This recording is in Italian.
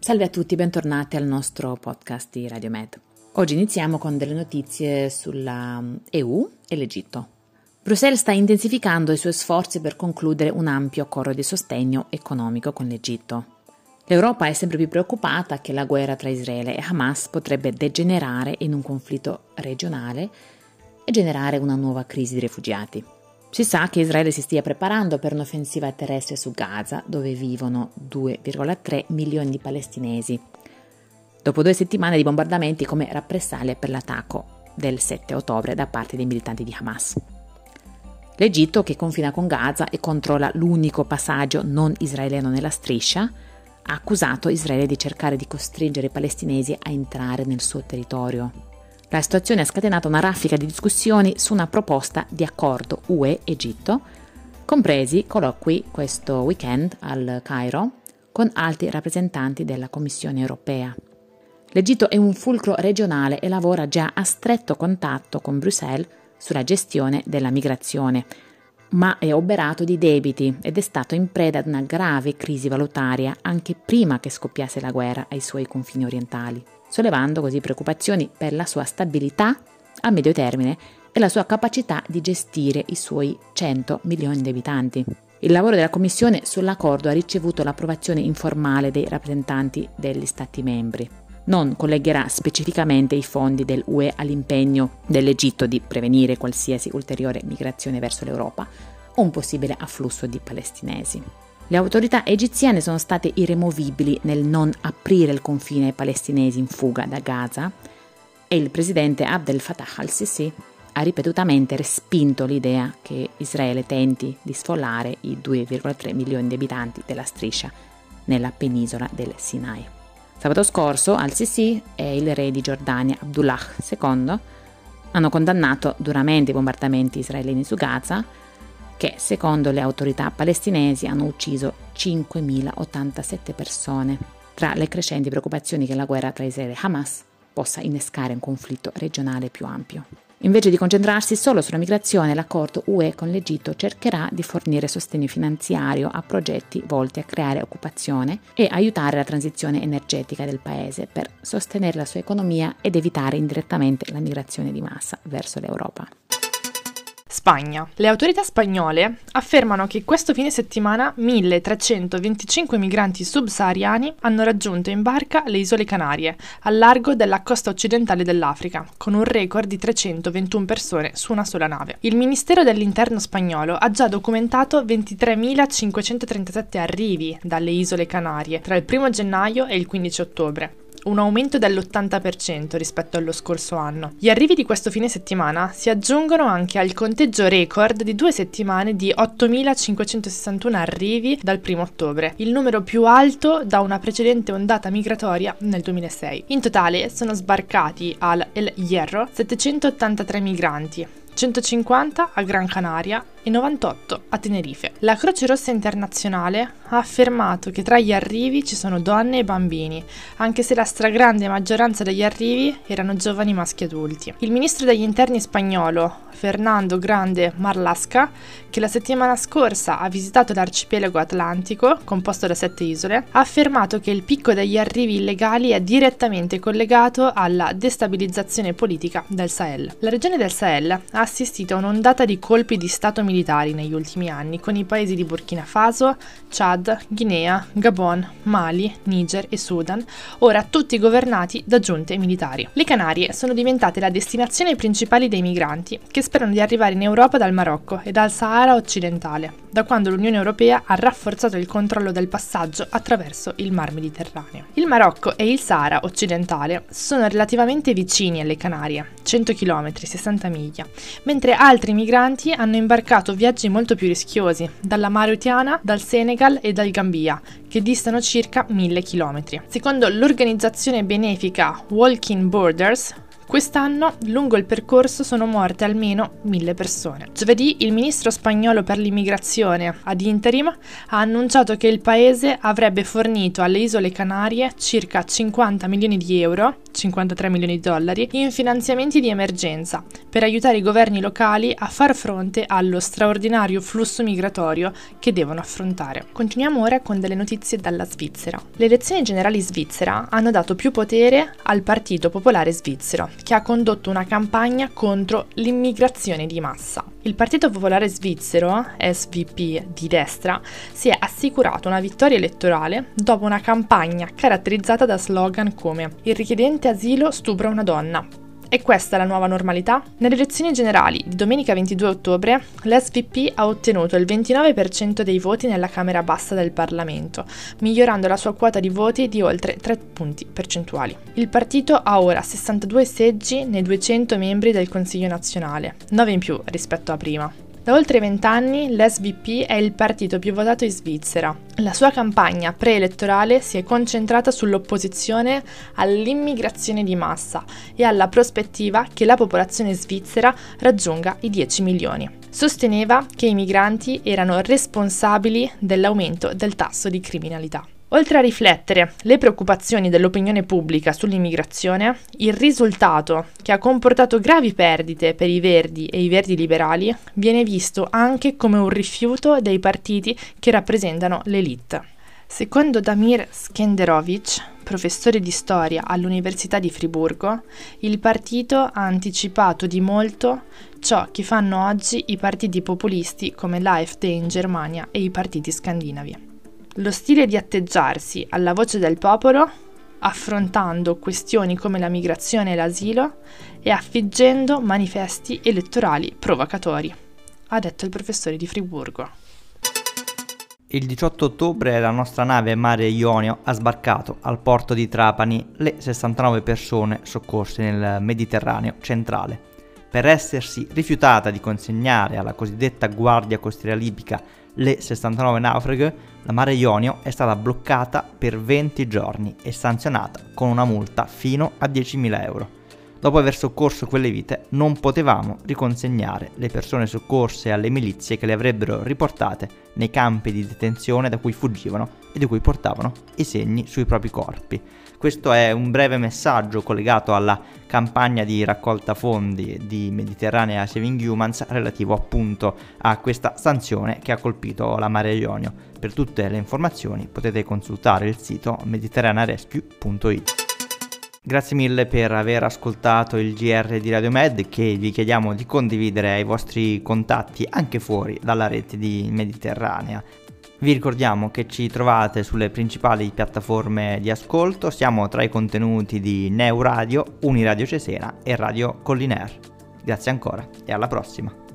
Salve a tutti, bentornati al nostro podcast di Radiomed. Oggi iniziamo con delle notizie sulla EU e l'Egitto. Bruxelles sta intensificando i suoi sforzi per concludere un ampio accordo di sostegno economico con l'Egitto. L'Europa è sempre più preoccupata che la guerra tra Israele e Hamas potrebbe degenerare in un conflitto regionale e generare una nuova crisi di rifugiati. Si sa che Israele si stia preparando per un'offensiva terrestre su Gaza, dove vivono 2,3 milioni di palestinesi, dopo 2 settimane di bombardamenti come rappresaglia per l'attacco del 7 ottobre da parte dei militanti di Hamas. L'Egitto, che confina con Gaza e controlla l'unico passaggio non israeliano nella striscia, ha accusato Israele di cercare di costringere i palestinesi a entrare nel suo territorio. La situazione ha scatenato una raffica di discussioni su una proposta di accordo UE-Egitto, compresi colloqui questo weekend al Cairo con alti rappresentanti della Commissione europea. L'Egitto è un fulcro regionale e lavora già a stretto contatto con Bruxelles sulla gestione della migrazione, ma è oberato di debiti ed è stato in preda ad una grave crisi valutaria anche prima che scoppiasse la guerra ai suoi confini orientali, sollevando così preoccupazioni per la sua stabilità a medio termine e la sua capacità di gestire i suoi 100 milioni di abitanti. Il lavoro della Commissione sull'accordo ha ricevuto l'approvazione informale dei rappresentanti degli Stati membri. Non collegherà specificamente i fondi dell'UE all'impegno dell'Egitto di prevenire qualsiasi ulteriore migrazione verso l'Europa o un possibile afflusso di palestinesi. Le autorità egiziane sono state irremovibili nel non aprire il confine ai palestinesi in fuga da Gaza e il presidente Abdel Fattah al-Sisi ha ripetutamente respinto l'idea che Israele tenti di sfollare i 2,3 milioni di abitanti della striscia nella penisola del Sinai. Sabato scorso al-Sisi e il re di Giordania Abdullah II hanno condannato duramente i bombardamenti israeliani su Gaza, che secondo le autorità palestinesi hanno ucciso 5.087 persone, tra le crescenti preoccupazioni che la guerra tra Israele e Hamas possa innescare un conflitto regionale più ampio. Invece di concentrarsi solo sulla migrazione, l'accordo UE con l'Egitto cercherà di fornire sostegno finanziario a progetti volti a creare occupazione e aiutare la transizione energetica del paese per sostenere la sua economia ed evitare indirettamente la migrazione di massa verso l'Europa. Spagna. Le autorità spagnole affermano che questo fine settimana 1.325 migranti subsahariani hanno raggiunto in barca le isole Canarie, al largo della costa occidentale dell'Africa, con un record di 321 persone su una sola nave. Il Ministero dell'Interno spagnolo ha già documentato 23.537 arrivi dalle isole Canarie tra il 1 gennaio e il 15 ottobre. Un aumento dell'80% rispetto allo scorso anno. Gli arrivi di questo fine settimana si aggiungono anche al conteggio record di 2 settimane di 8.561 arrivi dal 1 ottobre, il numero più alto da una precedente ondata migratoria nel 2006. In totale sono sbarcati al El Hierro 783 migranti, 150 a Gran Canaria e 98 a Tenerife. La Croce Rossa Internazionale ha affermato che tra gli arrivi ci sono donne e bambini, anche se la stragrande maggioranza degli arrivi erano giovani maschi adulti. Il ministro degli interni spagnolo, Fernando Grande Marlaska, che la settimana scorsa ha visitato l'arcipelago atlantico, composto da 7 isole, ha affermato che il picco degli arrivi illegali è direttamente collegato alla destabilizzazione politica del Sahel. La regione del Sahel ha assistito a un'ondata di colpi di stato militari negli ultimi anni, con i paesi di Burkina Faso, Chad, Guinea, Gabon, Mali, Niger e Sudan, ora tutti governati da giunte militari. Le Canarie sono diventate la destinazione principale dei migranti che sperano di arrivare in Europa dal Marocco e dal Sahara occidentale, da quando l'Unione Europea ha rafforzato il controllo del passaggio attraverso il Mar Mediterraneo. Il Marocco e il Sahara occidentale sono relativamente vicini alle Canarie, 100 km, 60 miglia, mentre altri migranti hanno imbarcato viaggi molto più rischiosi, dalla Mauritania, dal Senegal e dal Gambia, che distano circa 1.000 km. Secondo l'organizzazione benefica Walking Borders, Quest'anno, lungo il percorso, sono morte almeno 1.000 persone. Giovedì il ministro spagnolo per l'immigrazione ad interim ha annunciato che il paese avrebbe fornito alle isole Canarie circa 50 milioni di euro, 53 milioni di dollari, in finanziamenti di emergenza per aiutare i governi locali a far fronte allo straordinario flusso migratorio che devono affrontare. Continuiamo ora con delle notizie dalla Svizzera. Le elezioni generali svizzera hanno dato più potere al Partito Popolare Svizzero, che ha condotto una campagna contro l'immigrazione di massa. Il Partito Popolare Svizzero, SVP di destra, si è assicurato una vittoria elettorale dopo una campagna caratterizzata da slogan come «Il richiedente asilo stupra una donna». E questa è la nuova normalità? Nelle elezioni generali di domenica 22 ottobre, l'SVP ha ottenuto il 29% dei voti nella Camera Bassa del Parlamento, migliorando la sua quota di voti di oltre 3 punti percentuali. Il partito ha ora 62 seggi nei 200 membri del Consiglio nazionale, 9 in più rispetto a prima. Da oltre 20 anni l'SVP è il partito più votato in Svizzera. La sua campagna preelettorale si è concentrata sull'opposizione all'immigrazione di massa e alla prospettiva che la popolazione svizzera raggiunga i 10 milioni. Sosteneva che i migranti erano responsabili dell'aumento del tasso di criminalità. Oltre a riflettere le preoccupazioni dell'opinione pubblica sull'immigrazione, il risultato, che ha comportato gravi perdite per i Verdi e i Verdi liberali, viene visto anche come un rifiuto dei partiti che rappresentano l'élite. Secondo Damir Skenderovic, professore di storia all'Università di Friburgo, il partito ha anticipato di molto ciò che fanno oggi i partiti populisti come l'AfD in Germania e i partiti scandinavi. Lo stile di atteggiarsi alla voce del popolo, affrontando questioni come la migrazione e l'asilo e affiggendo manifesti elettorali provocatori, ha detto il professore di Friburgo. Il 18 ottobre la nostra nave Mare Ionio ha sbarcato al porto di Trapani le 69 persone soccorse nel Mediterraneo centrale. Per essersi rifiutata di consegnare alla cosiddetta Guardia Costiera Libica le 69 naufraghe, la Mare Ionio è stata bloccata per 20 giorni e sanzionata con una multa fino a 10.000 euro. Dopo aver soccorso quelle vite, non potevamo riconsegnare le persone soccorse alle milizie che le avrebbero riportate nei campi di detenzione da cui fuggivano e di cui portavano i segni sui propri corpi. Questo è un breve messaggio collegato alla campagna di raccolta fondi di Mediterranea Saving Humans relativo appunto a questa sanzione che ha colpito la Mare Ionio. Per tutte le informazioni potete consultare il sito mediterranearescue.it. Grazie mille per aver ascoltato il GR di Radio Med, che vi chiediamo di condividere ai vostri contatti anche fuori dalla rete di Mediterranea. Vi ricordiamo che ci trovate sulle principali piattaforme di ascolto, siamo tra i contenuti di Neu Radio, Uniradio Cesena e Radio Collinaire. Grazie ancora e alla prossima!